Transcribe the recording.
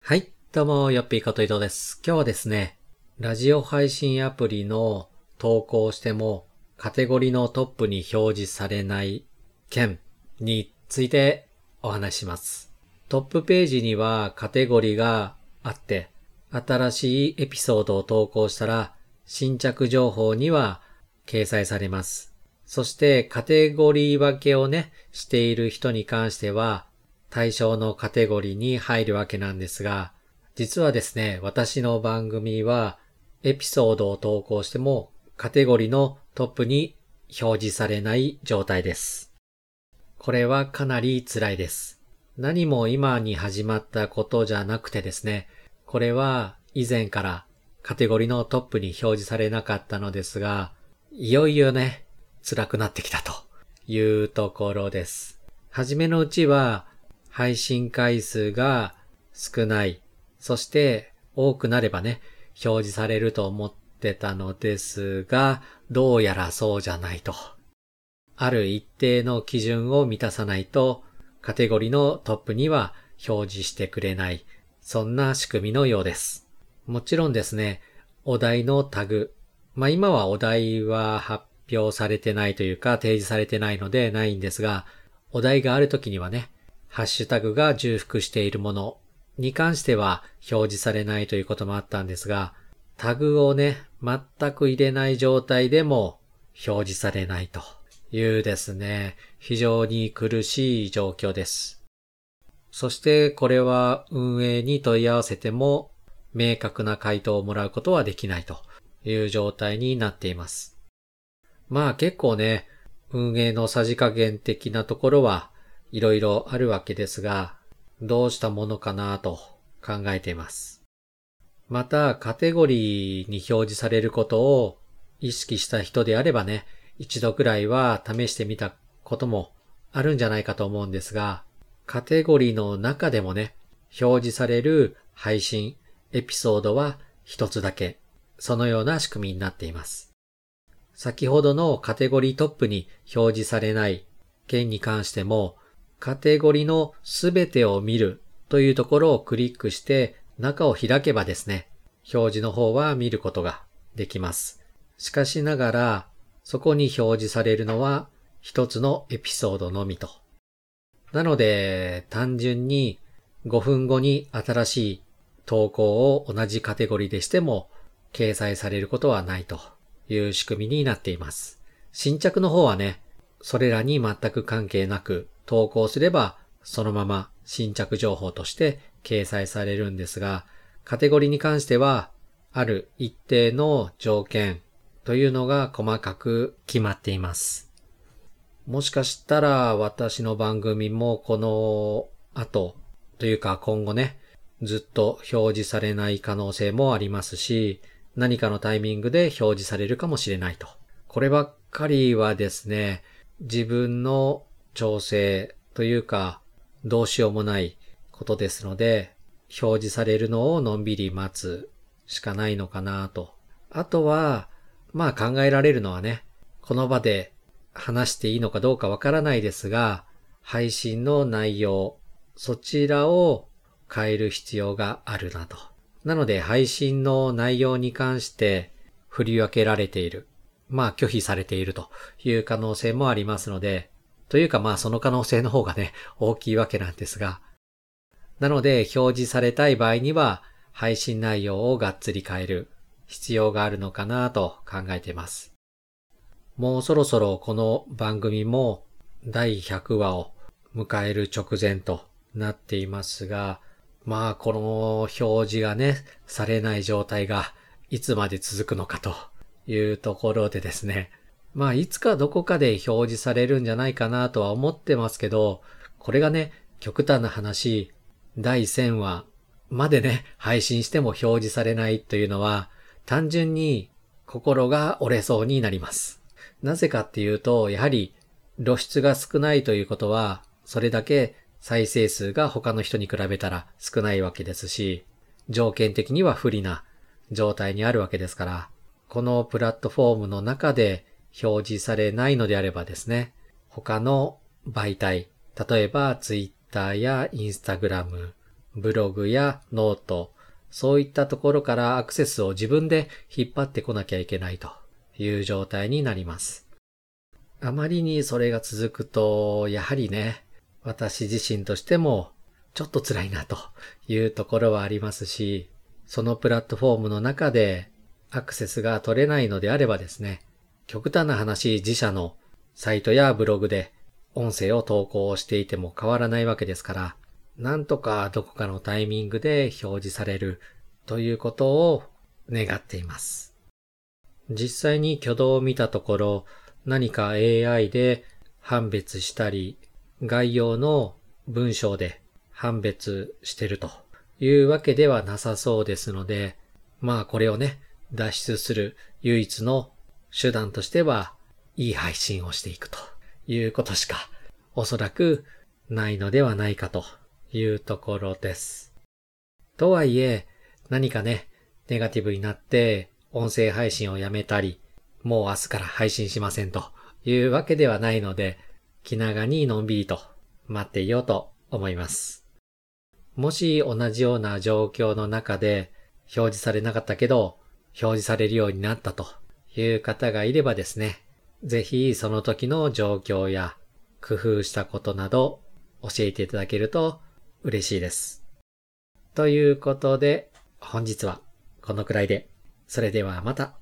はい、どうも、よっぴーこと伊藤です。今日はですね、ラジオ配信アプリの投稿してもカテゴリーのトップに表示されない件についてお話しします。トップページにはカテゴリーがあって、新しいエピソードを投稿したら新着情報には掲載されます。そしてカテゴリー分けをね、している人に関しては対象のカテゴリーに入るわけなんですが、実はですね、私の番組はエピソードを投稿してもカテゴリーのトップに表示されない状態です。これはかなり辛いです。何も今に始まったことじゃなくてですね、これは以前からカテゴリーのトップに表示されなかったのですが、いよいよね、辛くなってきたというところです。初めのうちは配信回数が少ない。そして多くなればね、表示されると思ってたのですが、どうやらそうじゃないと。ある一定の基準を満たさないと、カテゴリーのトップには表示してくれない。そんな仕組みのようです。もちろんですね、お題のタグ。今はお題は発表されてないというか、提示されてないのでないんですが、お題があるときにはね、ハッシュタグが重複しているものに関しては表示されないということもあったんですが、タグをね、全く入れない状態でも表示されないというですね、非常に苦しい状況です。そしてこれは運営に問い合わせても明確な回答をもらうことはできないという状態になっています。結構ね、運営のさじ加減的なところはいろいろあるわけですが、どうしたものかなと考えています。また、カテゴリーに表示されることを意識した人であればね、一度くらいは試してみたこともあるんじゃないかと思うんですが、カテゴリーの中でもね、表示される配信、エピソードは一つだけ、そのような仕組みになっています。先ほどのカテゴリートップに表示されない件に関しても、カテゴリーのすべてを見るというところをクリックして中を開けばですね、表示の方は見ることができます。しかしながら、そこに表示されるのは一つのエピソードのみと。なので、単純に5分後に新しい投稿を同じカテゴリーでしても掲載されることはないという仕組みになっています。新着の方はね、それらに全く関係なく投稿すればそのまま新着情報として掲載されるんですが、カテゴリーに関してはある一定の条件というのが細かく決まっています。もしかしたら私の番組もこの後というか今後ね、ずっと表示されない可能性もありますし、何かのタイミングで表示されるかもしれないと。こればっかりはですね、自分の調整というかどうしようもないことですので、表示されるのをのんびり待つしかないのかなと。あとは、考えられるのはね、この場で話していいのかどうかわからないですが、配信の内容、そちらを変える必要があるなと。なので配信の内容に関して振り分けられている。拒否されているという可能性もありますので、というかその可能性の方がね、大きいわけなんですが。なので表示されたい場合には配信内容をがっつり変える必要があるのかなと考えています。もうそろそろこの番組も第100話を迎える直前となっていますが、この表示がね、されない状態がいつまで続くのかというところでですね。いつかどこかで表示されるんじゃないかなとは思ってますけど、これがね、極端な話、第1000話までね、配信しても表示されないというのは、単純に心が折れそうになります。なぜかっていうと、やはり露出が少ないということは、それだけ再生数が他の人に比べたら少ないわけですし、条件的には不利な状態にあるわけですから、このプラットフォームの中で表示されないのであればですね、他の媒体、例えば Twitter や Instagram、 ブログやノート、そういったところからアクセスを自分で引っ張ってこなきゃいけないという状態になります。あまりにそれが続くと、やはりね、私自身としてもちょっと辛いなというところはありますし、そのプラットフォームの中でアクセスが取れないのであればですね、極端な話、自社のサイトやブログで音声を投稿していても変わらないわけですから、なんとかどこかのタイミングで表示されるということを願っています。実際に挙動を見たところ、何か AI で判別したり、概要の文章で判別してるというわけではなさそうですので、まあこれをね、脱出する唯一の手段としては、いい配信をしていくということしかおそらくないのではないかというところです。とはいえ、何かね、ネガティブになって音声配信をやめたり、もう明日から配信しませんというわけではないので、気長にのんびりと待っていようと思います。もし同じような状況の中で表示されなかったけど、表示されるようになったという方がいればですね、ぜひその時の状況や工夫したことなど教えていただけると嬉しいです。ということで、本日はこのくらいで、それではまた。